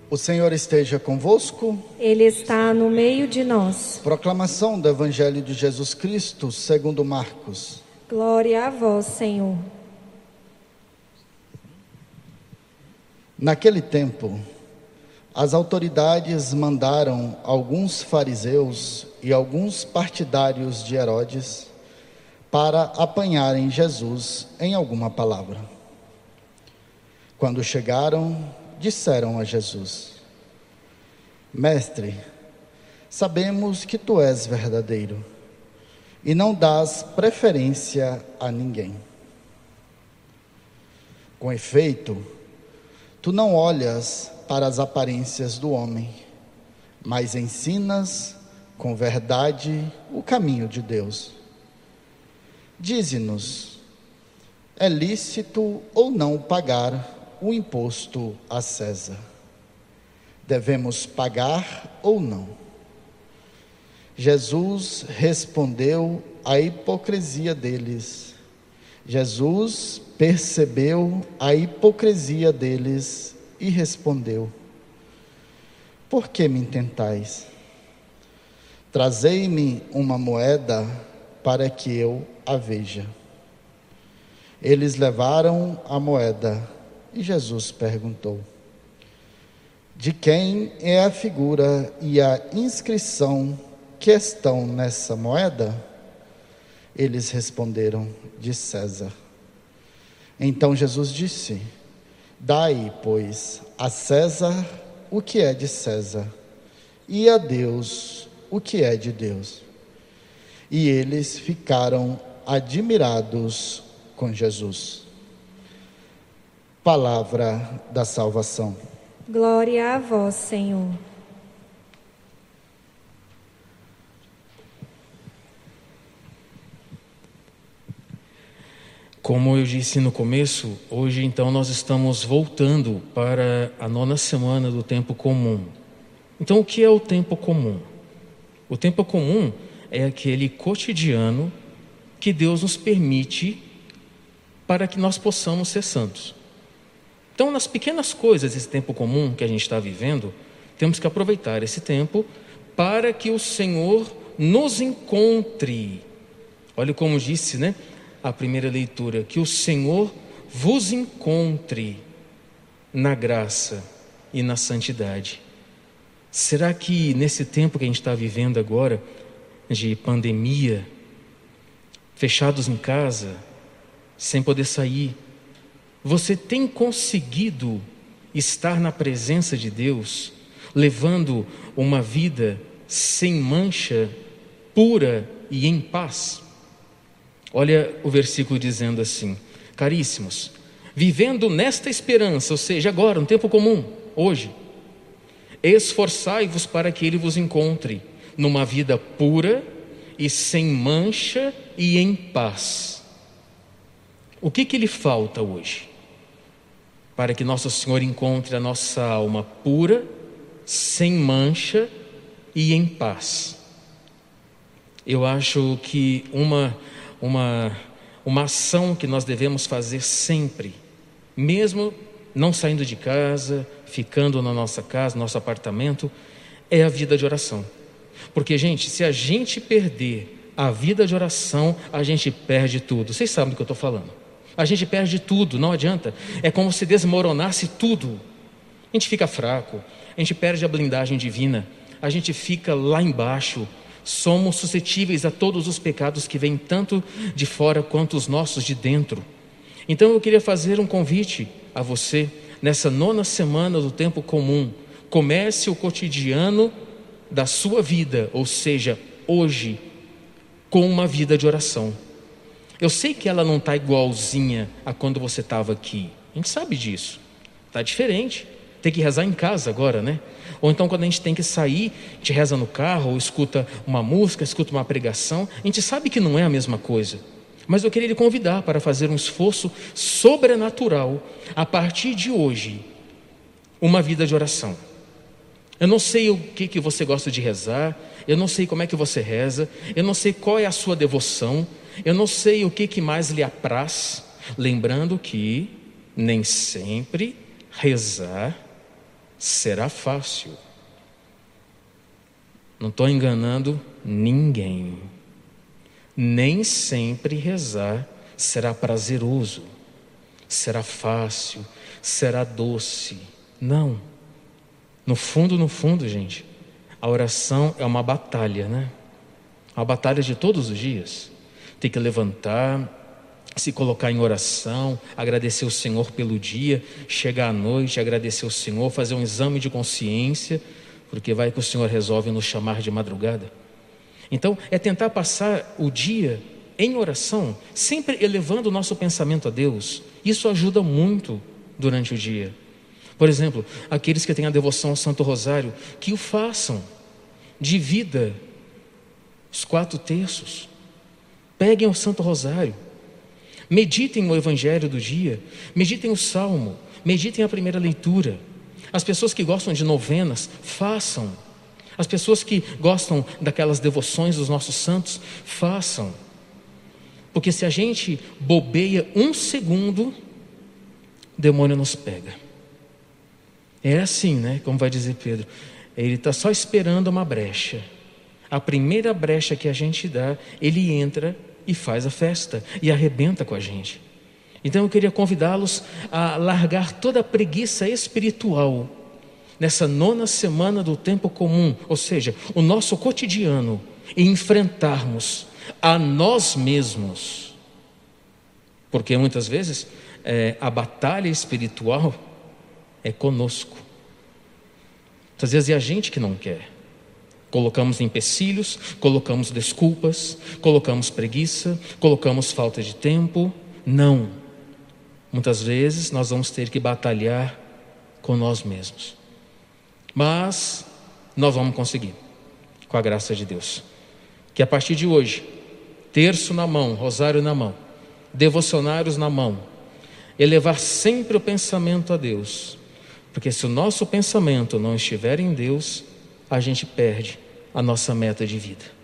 O Senhor esteja convosco. Ele está no meio de nós. Proclamação do Evangelho de Jesus Cristo, segundo Marcos. Glória a vós, Senhor. Naquele tempo, as autoridades mandaram alguns fariseus e alguns partidários de Herodes para apanharem Jesus em alguma palavra. Quando chegaram, disseram a Jesus: Mestre, sabemos que tu és verdadeiro e não dás preferência a ninguém. Com efeito, tu não olhas para as aparências do homem, mas ensinas com verdade o caminho de Deus. Dize-nos, é lícito ou não pagar o imposto a César? Devemos pagar ou não? Jesus respondeu à hipocrisia deles. Jesus percebeu a hipocrisia deles e respondeu: Por que me tentais? Trazei-me uma moeda para que eu a veja. Eles levaram a moeda e Jesus perguntou: De quem é a figura e a inscrição que estão nessa moeda? Eles responderam: De César. Então Jesus disse: Dai, pois, a César o que é de César, e a Deus o que é de Deus. E eles ficaram admirados com Jesus. Palavra da salvação. Glória a vós, Senhor. Como eu disse no começo, hoje então nós estamos voltando para a 9ª semana do tempo comum. Então, o que é o tempo comum? O tempo comum é aquele cotidiano que Deus nos permite para que nós possamos ser santos. Então, nas pequenas coisas desse tempo comum que a gente está vivendo, temos que aproveitar esse tempo para que o Senhor nos encontre. Olha como disse, a primeira leitura, que o Senhor vos encontre na graça e na santidade. Será que nesse tempo que a gente está vivendo agora, de pandemia, fechados em casa, sem poder sair, você tem conseguido estar na presença de Deus, levando uma vida sem mancha, pura e em paz? Olha o versículo dizendo assim: Caríssimos, vivendo nesta esperança, ou seja, agora, no tempo comum, hoje, esforçai-vos para que Ele vos encontre numa vida pura e sem mancha e em paz. O que lhe falta hoje para que Nosso Senhor encontre a nossa alma pura, sem mancha e em paz? Eu acho que uma ação que nós devemos fazer sempre, mesmo não saindo de casa, ficando na nossa casa, nosso apartamento, é a vida de oração. Porque, gente, se a gente perder a vida de oração, a gente perde tudo. Vocês sabem do que eu estou falando. A gente perde tudo, não adianta. É como se desmoronasse tudo. A gente fica fraco, a gente perde a blindagem divina, a gente fica lá embaixo. Somos suscetíveis a todos os pecados que vêm tanto de fora quanto os nossos de dentro. Então eu queria fazer um convite a você, nessa 9ª semana do tempo comum. Comece o cotidiano da sua vida, ou seja, hoje, com uma vida de oração. Eu sei que ela não está igualzinha a quando você estava aqui, a gente sabe disso, está diferente. Tem que rezar em casa agora, Ou então quando a gente tem que sair, a gente reza no carro, ou escuta uma música, escuta uma pregação. A gente sabe que não é a mesma coisa. Mas eu queria lhe convidar para fazer um esforço sobrenatural, a partir de hoje, uma vida de oração. Eu não sei o que você gosta de rezar, eu não sei como é que você reza, eu não sei qual é a sua devoção, eu não sei o que mais lhe apraz, lembrando que nem sempre rezar será fácil. Não estou enganando ninguém. Nem sempre rezar será prazeroso, será fácil, será doce. Não. No fundo, gente, a oração é uma batalha, né? Uma batalha de todos os dias. Tem que levantar, se colocar em oração, agradecer o Senhor pelo dia, chegar à noite, agradecer o Senhor, fazer um exame de consciência, porque vai que o Senhor resolve nos chamar de madrugada. Então, é tentar passar o dia em oração, sempre elevando o nosso pensamento a Deus. Isso ajuda muito durante o dia. Por exemplo, aqueles que têm a devoção ao Santo Rosário, que o façam. Divida os 4 terços. Peguem o Santo Rosário. Meditem o Evangelho do dia. Meditem o Salmo. Meditem a primeira leitura. As pessoas que gostam de novenas, façam. As pessoas que gostam daquelas devoções dos nossos santos, façam. Porque se a gente bobeia 1 segundo, o demônio nos pega. É assim, né? Como vai dizer Pedro. Ele está só esperando uma brecha. A primeira brecha que a gente dá, ele entra e faz a festa. E arrebenta com a gente. Então eu queria convidá-los a largar toda a preguiça espiritual nessa 9ª semana do tempo comum, ou seja, o nosso cotidiano, e enfrentarmos a nós mesmos. Porque muitas vezes a batalha espiritual é conosco. Muitas vezes é a gente que não quer. Colocamos empecilhos, colocamos desculpas, colocamos preguiça, colocamos falta de tempo. Não. Muitas vezes nós vamos ter que batalhar com nós mesmos. Mas nós vamos conseguir, com a graça de Deus. Que a partir de hoje, terço na mão, rosário na mão, devocionários na mão, elevar sempre o pensamento a Deus. Porque se o nosso pensamento não estiver em Deus, a gente perde a nossa meta de vida.